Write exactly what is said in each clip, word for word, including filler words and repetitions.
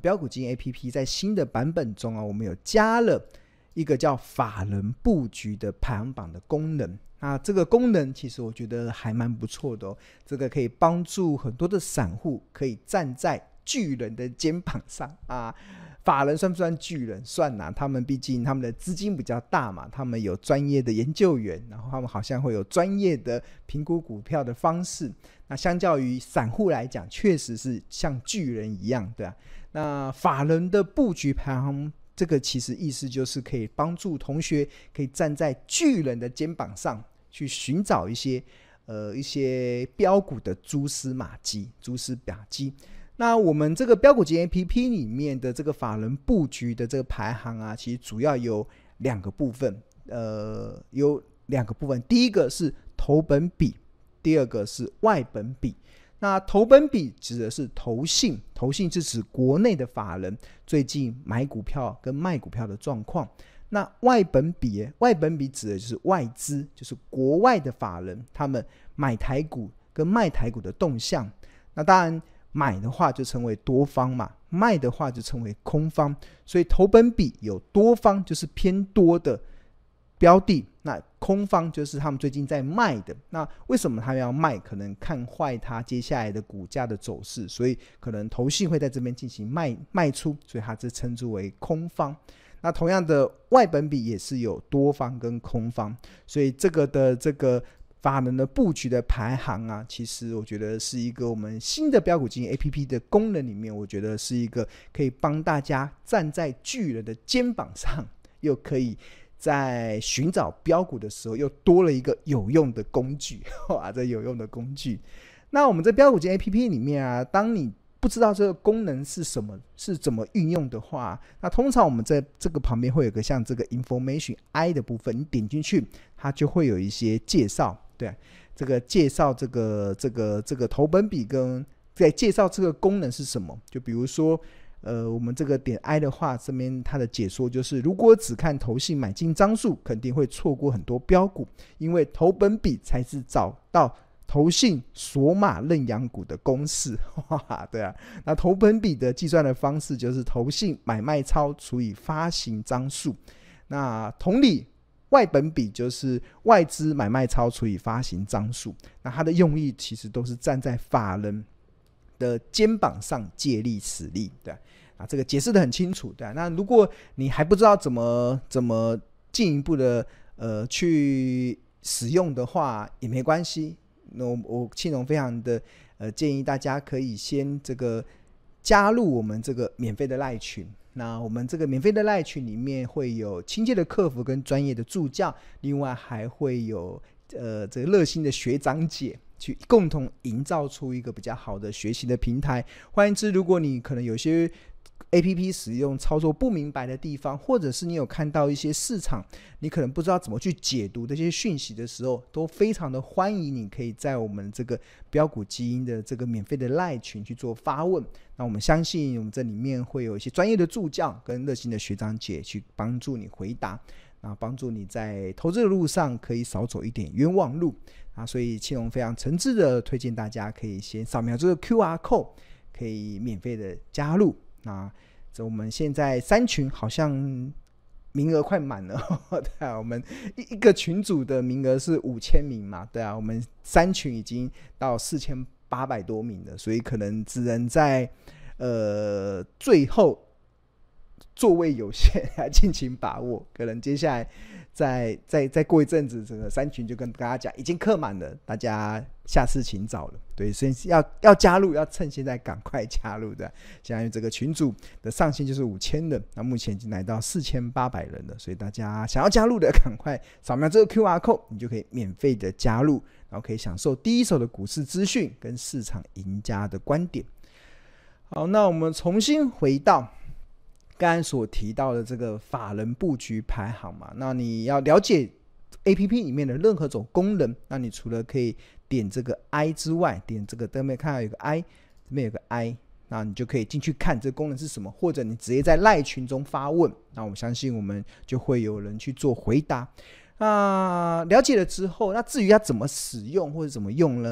标股基金 A P P 在新的版本中啊，我们有加了一个叫法人布局的排行榜的功能。那这个功能其实我觉得还蛮不错的哦，这个可以帮助很多的散户可以站在巨人的肩膀上啊。法人算不算巨人？算啊，他们毕竟他们的资金比较大嘛，他们有专业的研究员，然后他们好像会有专业的评估股票的方式。那相较于散户来讲，确实是像巨人一样，对啊。那法人的布局排行，这个其实意思就是可以帮助同学可以站在巨人的肩膀上去寻找一些呃一些标股的蛛丝马迹、蛛丝马迹。那我们这个标股基金 A P P 里面的这个法人布局的这个排行啊，其实主要有两个部分，呃，有两个部分。第一个是投本比，第二个是外本比。那投本比指的是投信，投信是指国内的法人最近买股票跟卖股票的状况。那外本比，外本比指的就是外资，就是国外的法人他们买台股跟卖台股的动向。那当然买的话就称为多方嘛，卖的话就称为空方。所以投本比有多方就是偏多的标的，那空方就是他们最近在卖的。那为什么他们要卖？可能看坏他接下来的股价的走势，所以可能投信会在这边进行 卖, 卖出，所以它这称之为空方。那同样的外本比也是有多方跟空方，所以这个的这个法人的布局的排行啊，其实我觉得是一个我们新的标股基金 A P P 的功能里面，我觉得是一个可以帮大家站在巨人的肩膀上，又可以在寻找标股的时候又多了一个有用的工具。哇，这有用的工具。那我们在标股基金 A P P 里面啊，当你不知道这个功能是什么，是怎么运用的话，那通常我们在这个旁边会有个像这个 information I 的部分，你点进去它就会有一些介绍，对，这个介绍这个这个这个投本比跟在介绍这个功能是什么。就比如说呃，我们这个点 I 的话，这边它的解说就是如果只看投信买进张数，肯定会错过很多标股，因为投本比才是找到投信锁码认养股的公式。对啊，那投本比的计算的方式就是投信买卖超除以发行张数。那同理，外本比就是外资买卖超除以发行张数。那它的用意其实都是站在法人的肩膀上借力使力，对啊，这个解释得很清楚，对啊。那如果你还不知道怎么怎么进一步的呃去使用的话，也没关系。那我我庆荣非常的呃建议大家可以先这个加入我们这个免费的赖群。那我们这个免费的赖群里面会有亲切的客服跟专业的助教，另外还会有呃这个热心的学长姐，去共同营造出一个比较好的学习的平台。换言之，如果你可能有些 A P P 使用操作不明白的地方，或者是你有看到一些市场你可能不知道怎么去解读这些讯息的时候，都非常的欢迎你可以在我们这个标股基因的这个免费的 LINE 群去做发问。那我们相信我们这里面会有一些专业的助教跟热心的学长姐去帮助你回答，然后帮助你在投资的路上可以少走一点冤枉路啊。所以庆荣非常诚挚的推荐大家可以先扫描这个 Q R code， 可以免费的加入。那这我们现在三群好像名额快满了。对啊，我们一个群组的名额是五千名嘛，对啊，我们三群已经到四千八百多名了，所以可能只能在呃最后座位有限，来尽情把握。可能接下来再再再过一阵子，这个三群就跟大家讲已经客满了，大家下次请早了。对，所以要要加入，要趁现在赶快加入的。现在这个群组的上限就是五千人，那目前已经来到四千八百人了，所以大家想要加入的，赶快扫描这个 Q R code， 你就可以免费的加入，然后可以享受第一手的股市资讯跟市场赢家的观点。好，那我们重新回到刚才所提到的这个法人布局排行嘛，那你要了解 A P P 里面的任何种功能，那你除了可以点这个 I 之外，点这个这边看到有个 I， 这边有个 I， 那你就可以进去看这个功能是什么，或者你直接在 LINE 群中发问，那我相信我们就会有人去做回答。那了解了之后，那至于要怎么使用或者怎么用呢？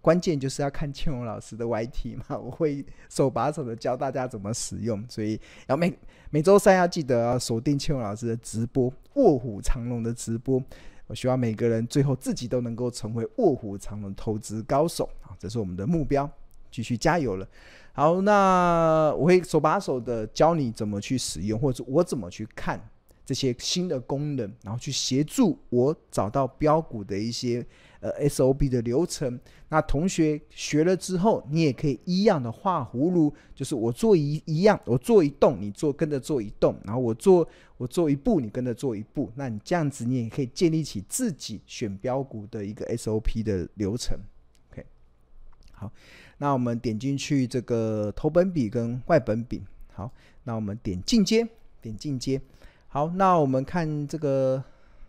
关键就是要看庆荣老师的 Y T 嘛，我会手把手的教大家怎么使用，所以要每每周三要记得要锁定庆荣老师的直播，卧虎藏龙的直播。我希望每个人最后自己都能够成为卧虎藏龙投资高手，这是我们的目标，继续加油了。好，那我会手把手的教你怎么去使用，或者我怎么去看这些新的功能，然后去协助我找到标股的一些呃 S O P 的流程。那同学学了之后，你也可以一样的画葫芦，就是我做 一, 一样，我做一动，你做跟着做一动，然后我做我做一步，你跟着做一步。那你这样子，你也可以建立起自己选标股的一个 S O P 的流程。OK， 好，那我们点进去这个头本比跟外本比。好，那我们点进阶，点进阶。好，那我们看这个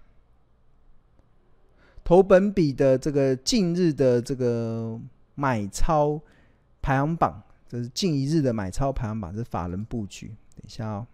头本比的这个近日的这个买超排行榜，这是近一日的买超排行榜，这是法人布局。等一下哦，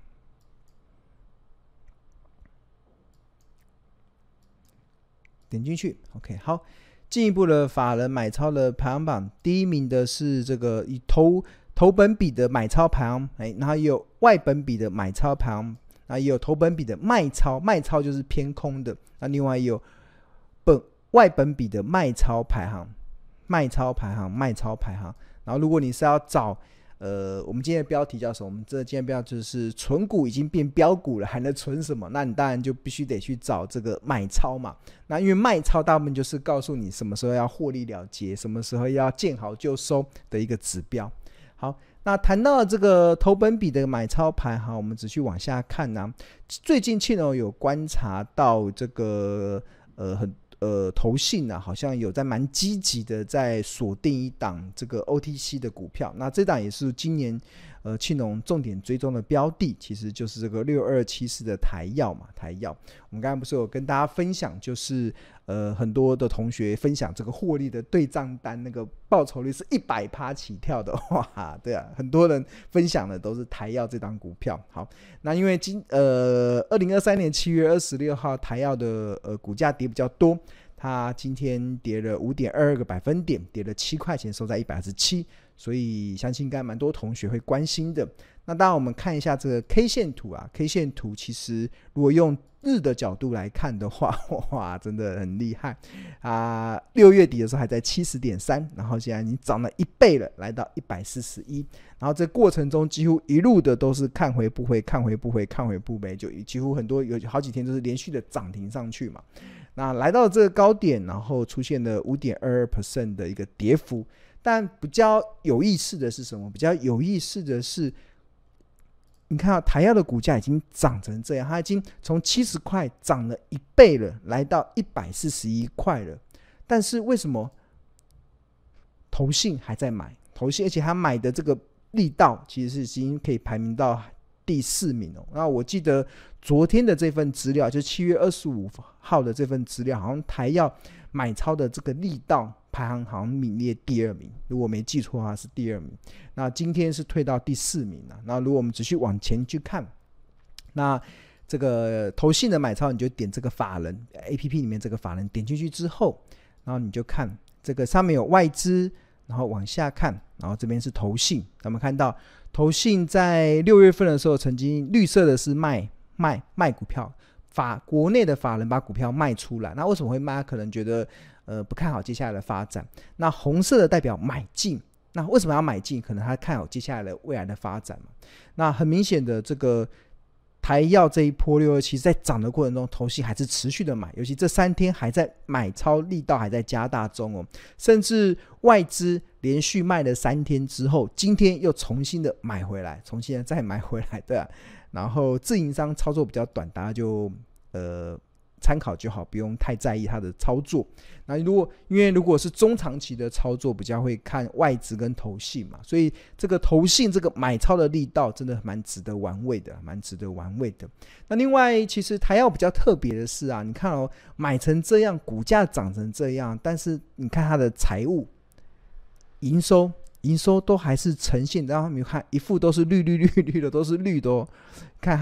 点进去 ，OK， 好，进一步的法人买超的排行榜，第一名的是这个以头头本比的买超排行，哎，然后也有外本比的买超排行。那也有头本比的卖超，卖超就是偏空的。那另外也有本外本比的卖超排行，卖超排行，卖超排行。然后如果你是要找，呃，我们今天的标题叫什么？我们这今天标题就是存股已经变标股了，还能存什么？那你当然就必须得去找这个卖超嘛。那因为卖超大部分就是告诉你什么时候要获利了结，什么时候要见好就收的一个指标。好。那谈到这个头本比的买超排行，我们只去往下看啊。最近庆荣有观察到这个呃很呃投信啊，好像有在蛮积极的在锁定一档这个 O T C 的股票。那这档也是今年呃庆荣重点追踪的标的，其实就是这个六二七四的台药嘛，台药。我们刚才不是有跟大家分享，就是呃很多的同学分享这个获利的对账单，那个报酬率是 百分之百 起跳的，哇，对啊，很多人分享的都是台药这档股票。好，那因为今呃二零二三年七月二十六号台药的呃股价跌比较多，它今天跌了 五点二二 个百分点，跌了七块钱，收在一百二十七，所以相信应该蛮多同学会关心的。那当然我们看一下这个 K 线图啊 ，K 线图其实如果用日的角度来看的话，哇，真的很厉害啊！六月底的时候还在 七十点三， 然后现在已经涨了一倍了，来到一百四十一。然后这过程中几乎一路的都是看回不回，看回不回，看回不回，就几乎很多有好几天都是连续的涨停上去嘛。那来到这个高点，然后出现了 百分之五点二二 的一个跌幅。但比较有意思的是什么？比较有意思的是，你看到台药的股价已经涨成这样，它已经从七十块涨了一倍了，来到一百四十一块了。但是为什么投信还在买？投信，而且他买的这个力道其实是已经可以排名到第四名哦。那我记得昨天的这份资料，就七月二十五号的这份资料，好像台药买超的这个力道排行好像名列第二名，如果没记错的话是第二名。那今天是退到第四名了。那如果我们只去往前去看，那这个投信的买超，你就点这个法人 A P P 里面这个法人，点进去之后，然后你就看这个上面有外资，然后往下看，然后这边是投信。我们看到投信在六月份的时候，曾经绿色的是卖卖卖股票，法国内的法人把股票卖出来。那为什么会卖？可能觉得呃不看好接下来的发展。那红色的代表买进。那为什么要买进？可能他看好接下来的未来的发展嘛。那很明显的，这个台药这一波六二七在涨的过程中，投信还是持续的买，尤其这三天还在买超力道还在加大中哦。甚至外资连续卖了三天之后，今天又重新的买回来，重新的再买回来，对啊。然后自营商操作比较短，大家就呃参考就好，不用太在意它的操作。那如果因为如果是中长期的操作，比较会看外资跟投信嘛，所以这个投信这个买超的力道真的蛮值得玩味的，蛮值得玩味的。那另外，其实台药比较特别的是啊，你看哦，买成这样，股价涨成这样，但是你看它的财务、营收、营收都还是呈现，然后你看一副都是绿绿绿绿的，都是绿的哦。看它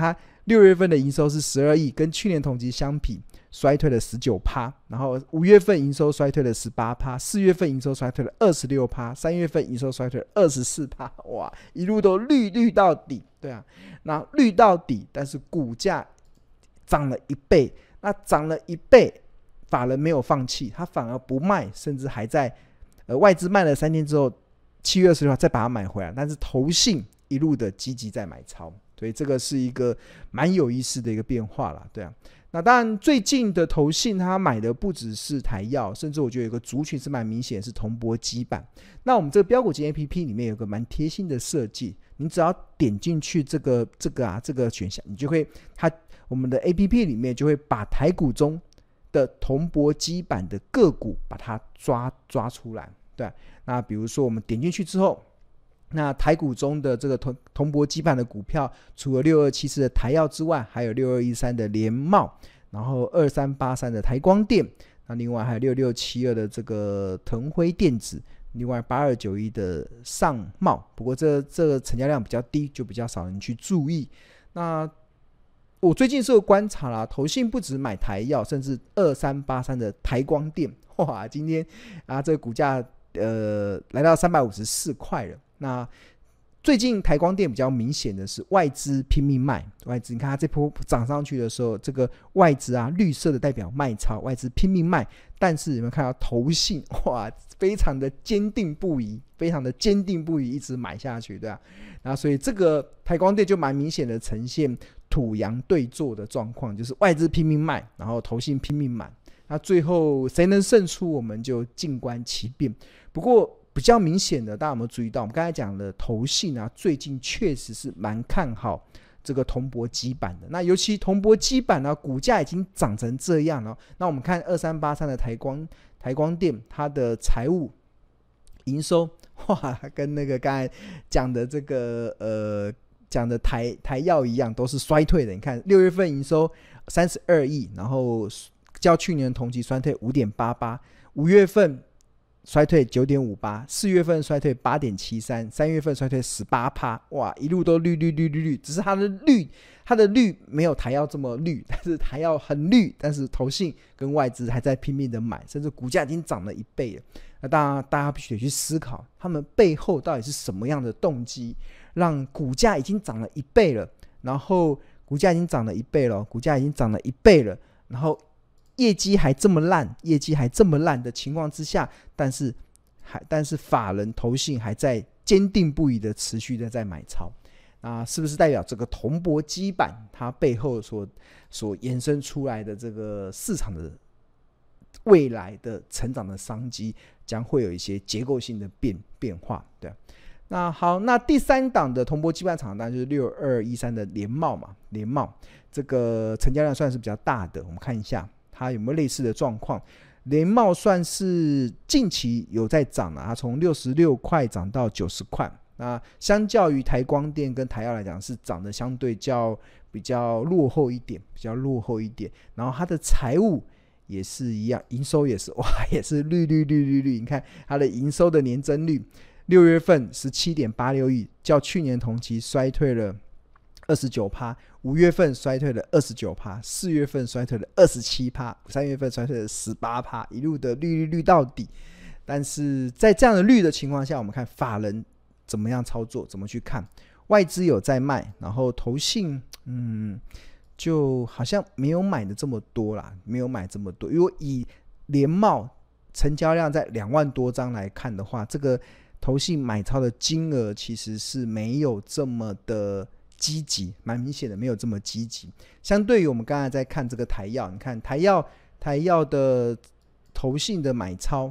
六月份的营收是十二亿，跟去年同期相比衰退了 百分之十九， 然后五月份营收衰退了 百分之十八， 四月份营收衰退了 百分之二十六， 三月份营收衰退了 百分之二十四， 哇，一路都绿绿到底。对啊，那绿到底，但是股价涨了一倍，那涨了一倍，法人没有放弃，他反而不卖，甚至还在呃外资卖了三天之后，七月二十六号再把它买回来，但是投信一路的积极在买超，所以这个是一个蛮有意思的一个变化啦。对啊，那当然最近的投信他买的不只是台药，甚至我觉得有个族群是蛮明显，是铜箔基板。那我们这个标股金 A P P 里面有个蛮贴心的设计，你只要点进去这个这个啊这个选项，你就会它我们的 A P P 里面就会把台股中的铜箔基板的个股把它抓抓出来。对，那比如说我们点进去之后，那台股中的这个铜铜箔基板的股票，除了六二七四的台药之外，还有六二一三的联茂，然后二三八三的台光电，那另外还有六六七二的这个腾辉电子，另外八二九一的上茂，不过这这个成交量比较低，就比较少人去注意。那我最近是有观察啦，投信不止买台药，甚至二三八三的台光电，哇，今天啊这个股价呃来到三百五十四块了。那最近台光电比较明显的是外资拼命卖，外资你看它这波涨上去的时候，这个外资啊绿色的代表卖超，外资拼命卖，但是有没有看到投信哇非常的坚定不移，非常的坚定不移一直买下去，对吧、啊？然后所以这个台光电就蛮明显的呈现土洋对坐的状况，就是外资拼命卖，然后投信拼命买，那最后谁能胜出我们就静观其变。不过比较明显的，大家有没有注意到我们刚才讲的投信啊，最近确实是蛮看好这个铜箔基板的。那尤其铜箔基板呢、啊，股价已经涨成这样了。那我们看二三八三的台光台光电，它的财务营收哇，跟那个刚才讲的这个呃讲的台台药一样，都是衰退的。你看六月份营收三十二亿，然后较去年同期衰退 五点八八， 五月份衰退 九点五八， 四月份衰退 八点七三， 三月份衰退 百分之十八， 哇，一路都绿绿绿绿绿，只是它的绿它的绿没有台药这么绿，但是台药很绿，但是投信跟外资还在拼命的买，甚至股价已经涨了一倍了。那当然大家必须得去思考，他们背后到底是什么样的动机，让股价已经涨了一倍了，然后股价已经涨了一倍了，股价已经涨了一倍了，然后业绩还这么烂，业绩还这么烂的情况之下，但是还但是法人投信还在坚定不移的持续的在买超，那是不是代表这个铜箔基板它背后所所延伸出来的这个市场的未来的成长的商机将会有一些结构性的 变, 变化？对，那好，那第三档的铜箔基板厂当然就是六二一三的联茂嘛，联茂这个成交量算是比较大的，我们看一下它有没有类似的状况。联茂算是近期有在涨啊，它从六十六块涨到九十块，那相较于台光电跟台药来讲是涨得相对较比较落后一点，比较落后一点。然后它的财务也是一样，营收也是哇，也是绿绿绿绿绿。你看它的营收的年增率，六月份 十七点八六亿，较去年同期衰退了二十九，五月份衰退了二十九，四月份衰退了二十七，三月份衰退了十八，一路的绿绿绿到底。但是在这样的绿的情况下，我们看法人怎么样操作，怎么去看。外资有在卖，然后投信嗯就好像没有买的这么多啦，没有买这么多。如果以联茂成交量在两万多张来看的话，这个投信买超的金额其实是没有这么的积极，蛮明显的没有这么积极。相对于我们刚才在看这个台药，你看台药台药的投信的买超，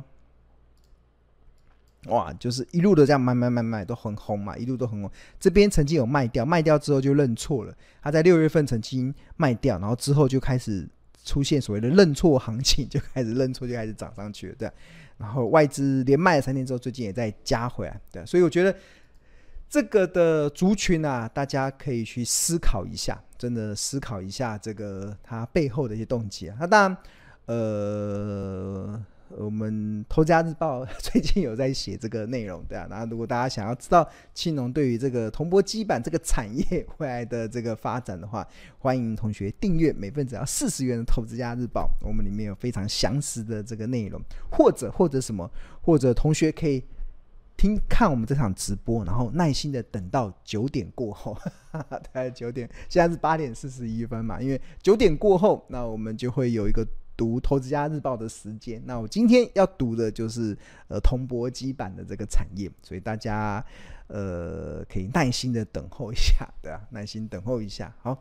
哇，就是一路的这样买买买买都很红嘛，一路都很红。这边曾经有卖掉，卖掉之后就认错了。他在六月份曾经卖掉，然后之后就开始出现所谓的认错行情，就开始认错，就开始涨上去了，对。然后外资连卖了三天之后，最近也在加回来，对。所以我觉得这个的族群啊，大家可以去思考一下，真的思考一下这个它背后的一些动机啊。那当然，呃。 我们投资家日报最近有在写这个内容，对啊。然后如果大家想要知道庆农对于这个铜箔基板这个产业未来的这个发展的话，欢迎同学订阅每份只要四十元的投资家日报，我们里面有非常详实的这个内容，或者或者什么，或者同学可以听看我们这场直播，然后耐心的等到九点过后，大概九点，现在是八点四十一分嘛，因为九点过后，那我们就会有一个读投资家日报的时间。那我今天要读的就是呃铜箔基板的这个产业，所以大家呃可以耐心的等候一下，对啊，耐心等候一下。好，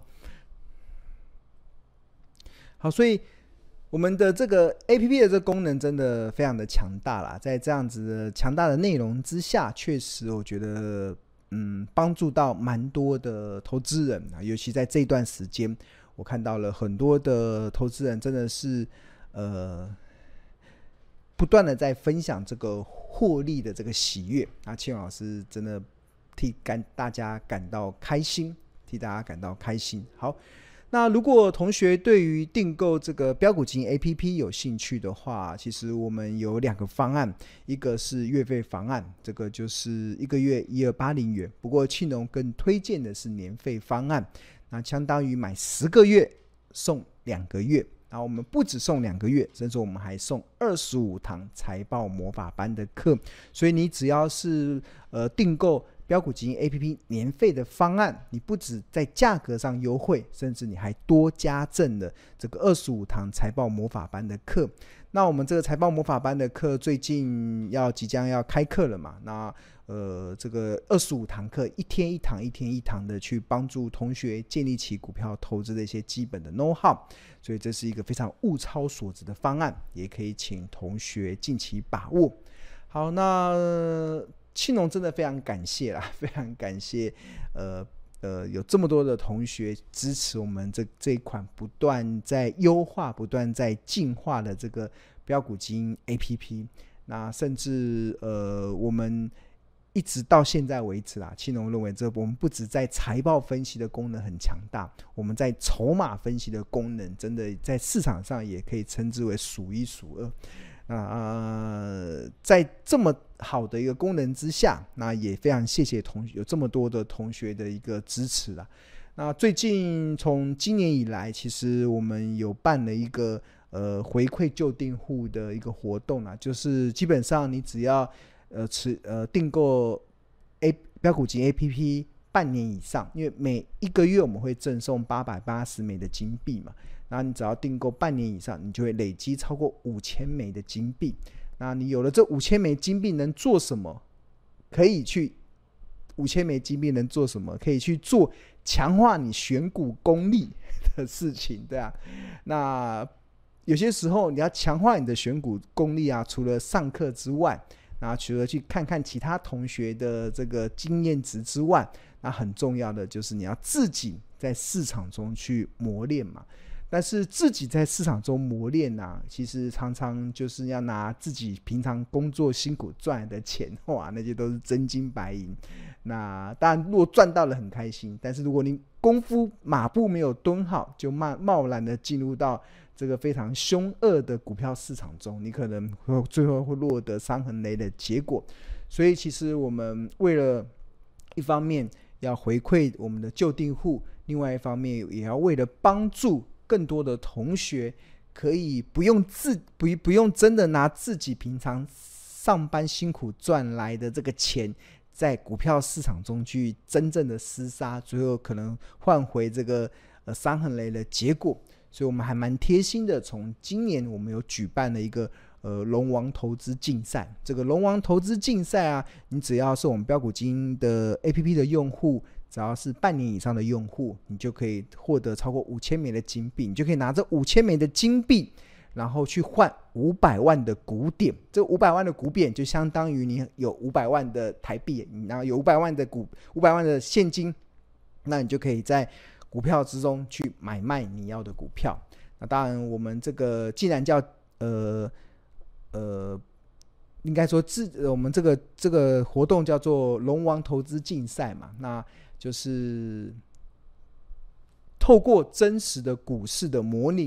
好，所以我们的这个 A P P 的这个功能真的非常的强大啦，在这样子的强大的内容之下，确实我觉得嗯帮助到蛮多的投资人啊，尤其在这段时间。我看到了很多的投资人真的是呃不断的在分享这个获利的这个喜悦啊，庆老师真的替感大家感到开心，替大家感到开心。好，那如果同学对于订购这个标股金 A P P 有兴趣的话，其实我们有两个方案，一个是月费方案，这个就是一个月一千二百八十元，不过庆农更推荐的是年费方案，那相当于买十个月送两个月，然后我们不只送两个月，甚至我们还送二十五堂财报魔法班的课，所以你只要是呃订购标股基金 A P P 年费的方案，你不只在价格上优惠，甚至你还多加赠了这个二十五堂财报魔法班的课。那我们这个财报魔法班的课最近要即将要开课了嘛，那呃，这个二十五堂课，一天一堂，一天一堂的去帮助同学建立起股票投资的一些基本的 know how， 所以这是一个非常物超所值的方案，也可以请同学尽其把握。好，那庆农真的非常感谢啦，非常感谢，呃呃，有这么多的同学支持我们这这一款不断在优化、不断在进化的这个标股基金 A P P。那甚至呃，我们一直到现在为止啦，庆农认为这我们不只在财报分析的功能很强大，我们在筹码分析的功能真的在市场上也可以称之为数一数二。呃，在这么好的一个功能之下，那也非常谢谢同有这么多的同学的一个支持啦。那最近从今年以来，其实我们有办了一个呃回馈旧订户的一个活动啦，就是基本上你只要呃持呃订购 A 标股金 A P P 半年以上，因为每一个月我们会赠送八百八十枚的金币嘛。那你只要订购半年以上，你就会累积超过五千枚的金币。那你有了这五千枚金币能做什么？可以去五千枚金币能做什么？可以去做强化你选股功力的事情，对啊。那有些时候你要强化你的选股功力啊，除了上课之外，那除了去看看其他同学的这个经验值之外，那很重要的就是你要自己在市场中去磨练嘛。但是自己在市场中磨练啊，其实常常就是要拿自己平常工作辛苦赚来的钱，哇，那些都是真金白银。那当然如果赚到了很开心，但是如果你功夫马步没有蹲好，就贸然的进入到这个非常凶恶的股票市场中，你可能会最后会落得伤痕累累的结果。所以其实我们为了一方面要回馈我们的旧订户，另外一方面也要为了帮助更多的同学可以不用自 不, 不用真的拿自己平常上班辛苦赚来的这个钱在股票市场中去真正的厮杀，最后可能换回这个呃伤痕累累的结果。所以我们还蛮贴心的，从今年我们有举办了一个呃龙王投资竞赛。这个龙王投资竞赛啊，你只要是我们标股金的 A P P 的用户，只要是半年以上的用户，你就可以获得超过五千枚的金币，你就可以拿这五千枚的金币，然后去换五百万的股点。这五百万的股点就相当于你有五百万的台币，然后有五百万的股五百万的现金，那你就可以在股票之中去买卖你要的股票。那当然，我们这个既然叫呃呃。应该说我们这个这个活动叫做龙王投资竞赛嘛，那就是透过真实的股市的模拟，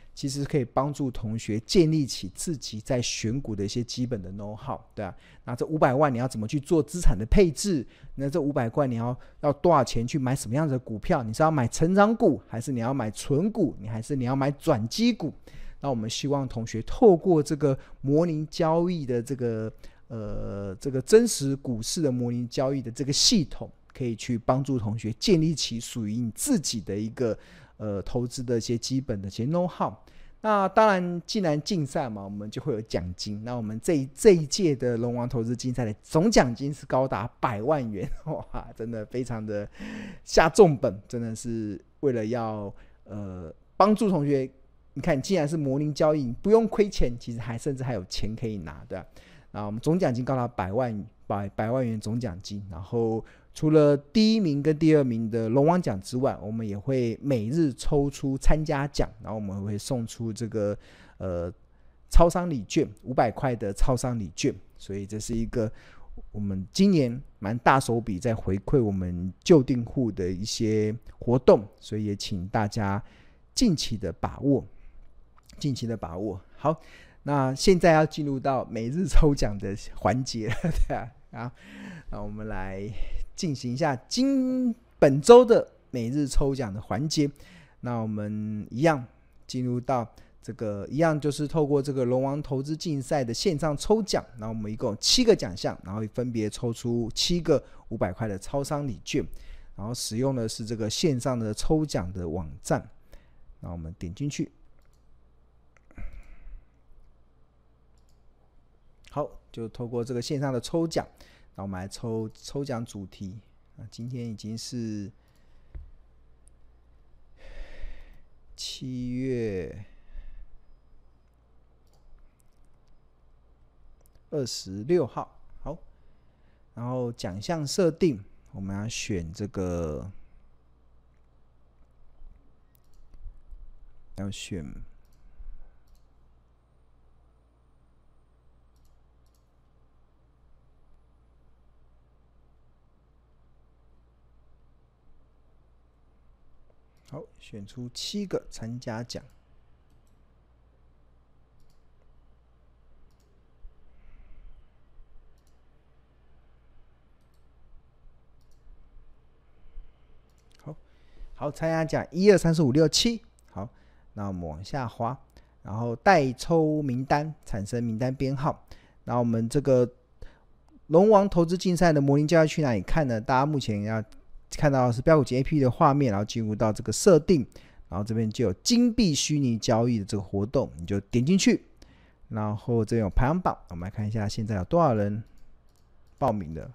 其实可以帮助同学建立起自己在选股的一些基本的 know how， 对啊，那这五百万你要怎么去做资产的配置？那这五百万你要要多少钱去买什么样的股票？你是要买成长股，还是你要买存股？你还是你要买转机股？那我们希望同学透过这个模拟交易的这个呃这个真实股市的模拟交易的这个系统，可以去帮助同学建立起属于你自己的一个呃投资的一些基本的一些 know how。那当然，既然竞赛嘛，我们就会有奖金。那我们这一这一届的龙王投资竞赛的总奖金是高达百万元，哇，真的非常的下重本，真的是为了要呃帮助同学。你看，既然是模拟交易，不用亏钱，其实还甚至还有钱可以拿的。那我们总奖金高达百万百百万元总奖金，然后除了第一名跟第二名的龙王奖之外，我们也会每日抽出参加奖，然后我们会送出这个呃超商礼券五百块的超商礼券，所以这是一个我们今年蛮大手笔在回馈我们旧订户的一些活动，所以也请大家近期的把握，近期的把握。好，那现在要进入到每日抽奖的环节了，对啊，好，那我们来进行一下今本周的每日抽奖的环节。那我们一样进入到这个一样就是透过这个龙王投资竞赛的线上抽奖，然后我们一共有七个奖项，然后分别抽出七个五百块的超商礼券，然后使用的是这个线上的抽奖的网站。那我们点进去，好，就透过这个线上的抽奖，那我们来抽抽奖主题。啊，今天已经是七月二十六号，好，然后奖项设定，我们要选这个，要选好，选出七个参加奖。好，好，参加奖一二三四五六七。好，那我们往下滑，然后待抽名单，产生名单编号。那我们这个龙王投资竞赛的模拟交易去哪里看呢？大家目前要看到的是标股金 A P P 的画面，然后进入到这个设定，然后这边就有金币虚拟交易的这个活动，你就点进去，然后这边有排行榜，我们来看一下现在有多少人报名的。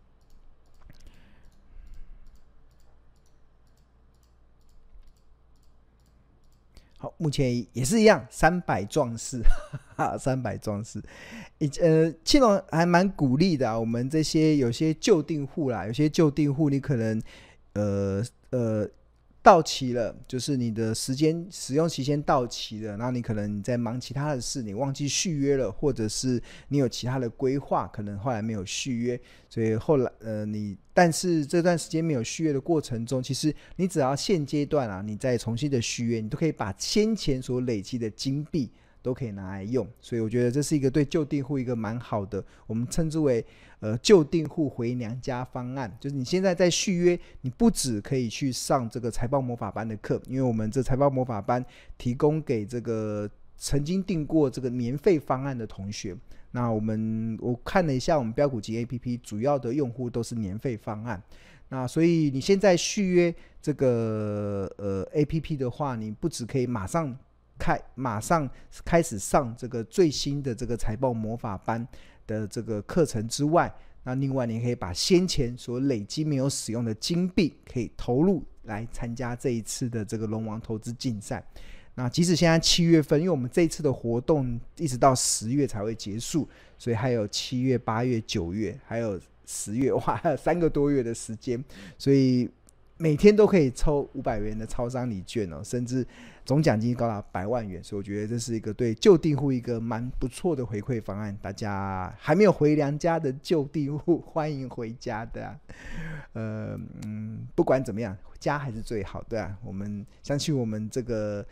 好，目前也是一样，三百壮士，三百壮士。呃，庆隆还蛮鼓励的啊，我们这些有些旧订户啦，有些旧订户你可能呃呃到期了，就是你的时间使用期限到期了，然后你可能你在忙其他的事，你忘记续约了，或者是你有其他的规划，可能后来没有续约，所以后来呃你但是这段时间没有续约的过程中，其实你只要现阶段啊，你再重新的续约，你都可以把先前所累积的金币都可以拿来用，所以我觉得这是一个对旧订户一个蛮好的，我们称之为呃旧订户回娘家方案。就是你现在在续约，你不只可以去上这个财报魔法班的课，因为我们这财报魔法班提供给这个曾经订过这个年费方案的同学。那我们我看了一下，我们标股金 A P P 主要的用户都是年费方案。那所以你现在续约这个呃 A P P 的话，你不只可以马上开马上开始上这个最新的这个财报魔法班的这个课程之外，那另外你可以把先前所累积没有使用的金币可以投入来参加这一次的这个龙王投资竞赛。那即使现在七月份，因为我们这一次的活动一直到十月才会结束，所以还有七月、八月、九月，还有十月，哇，还有三个多月的时间，所以每天都可以抽五百元的超商礼券哦，甚至总奖金高达百万元，所以我觉得这是一个对旧订户一个蛮不错的回馈方案。大家还没有回娘家的旧订户，欢迎回家的、啊。呃嗯，不管怎么样，家还是最好的、啊。我们相信我们这个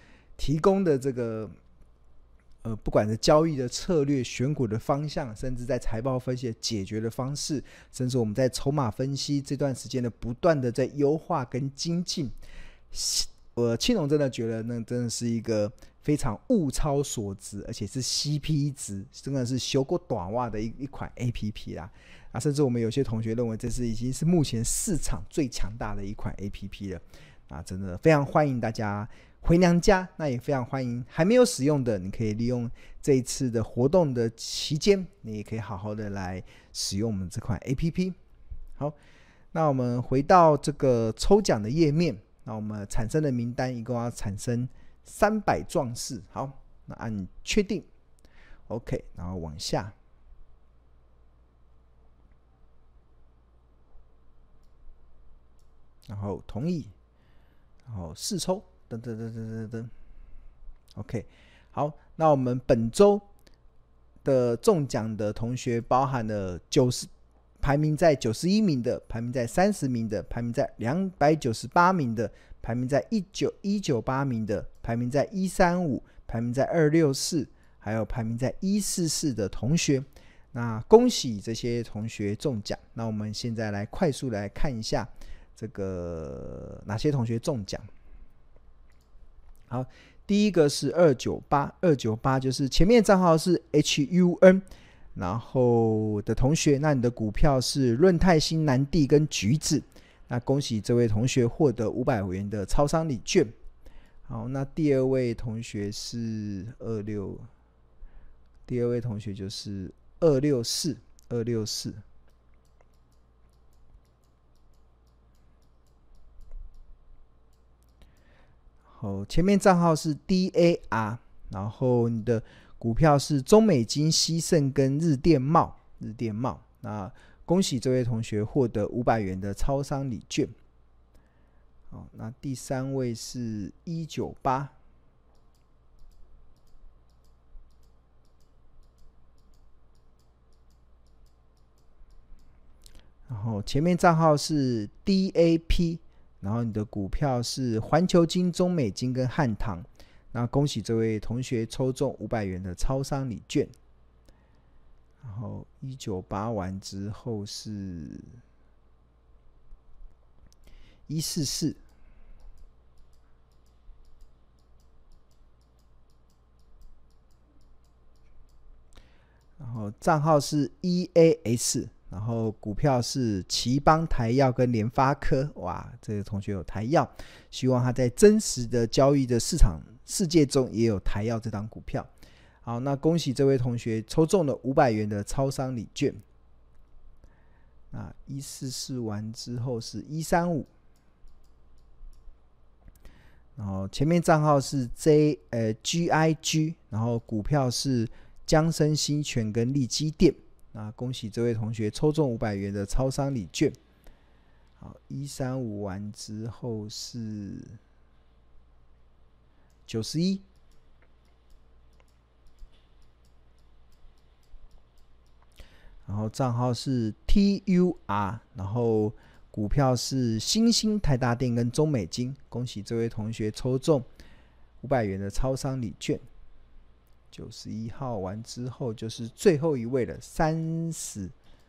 提供的这个呃，不管是交易的策略、选股的方向，甚至在财报分析的解决的方式，甚至我们在筹码分析这段时间的不断的在优化跟精进，我青龙真的觉得那真的是一个非常物超所值，而且是 C P 值真的是修过短袜的 一, 一款 A P P 啦。啊，甚至我们有些同学认为这是已经是目前市场最强大的一款 A P P 了。啊，真的非常欢迎大家回娘家，那也非常欢迎还没有使用的，你可以利用这一次的活动的期间，你也可以好好的来使用我们这款 A P P。 好，那我们回到这个抽奖的页面，那我们产生的名单一共要产生三百壮士。好，那按确定 OK， 然后往下，然后同意，然后试抽，噔噔噔噔噔噔 OK。 好，那我们本周的中奖的同学包含了九十排名在九十一名的，排名在三十名的，排名在两百九十八名的，排名在一九一九八名的，排名在一三五，排名在二六四，还有排名在一四四的同学。那恭喜这些同学中奖。那我们现在来快速来看一下这个哪些同学中奖。好，第一个是二九八，二九八就是前面账号是 H U N， 然后的同学，那你的股票是润泰新、南地跟橘子。那恭喜这位同学获得五百元的超商礼券。好，那第二位同学是二六，第二位同学就是二六四，二六四。好，前面账号是 D A R， 然后你的股票是中美金、西盛跟日电茂，日电茂。那恭喜这位同学获得五百元的超商礼券。好，那第三位是一九八，然后前面账号是 D A P， 然后你的股票是环球金、中美金跟汉唐。那恭喜这位同学抽中五百元的超商礼券。然后一九八完之后是一四四，然后账号是 E A S， 然后股票是奇邦、台药跟联发科。哇，这个同学有台药，希望他在真实的交易的市场世界中也有台药这档股票。好，那恭喜这位同学抽中了五百元的超商礼券。那一四四完之后是一三五，然后前面账号是 J 呃 G I G， 然后股票是江生新泉跟利基电。那恭喜这位同学抽中五百元的超商礼券。好，一三五完之后是九十一。然后账号是 T U R， 然后股票是新兴、台达电跟中美金。恭喜这位同学抽中五百元的超商礼券。九十一号完之后就是最后一位了，三十。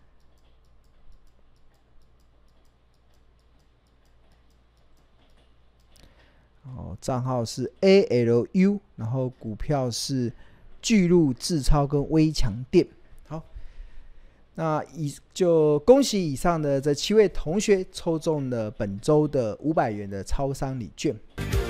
然后账号是 A L U， 然后股票是巨鹿、智超跟威强电。那以就恭喜以上的这七位同学抽中了本周的五百元的超商礼券。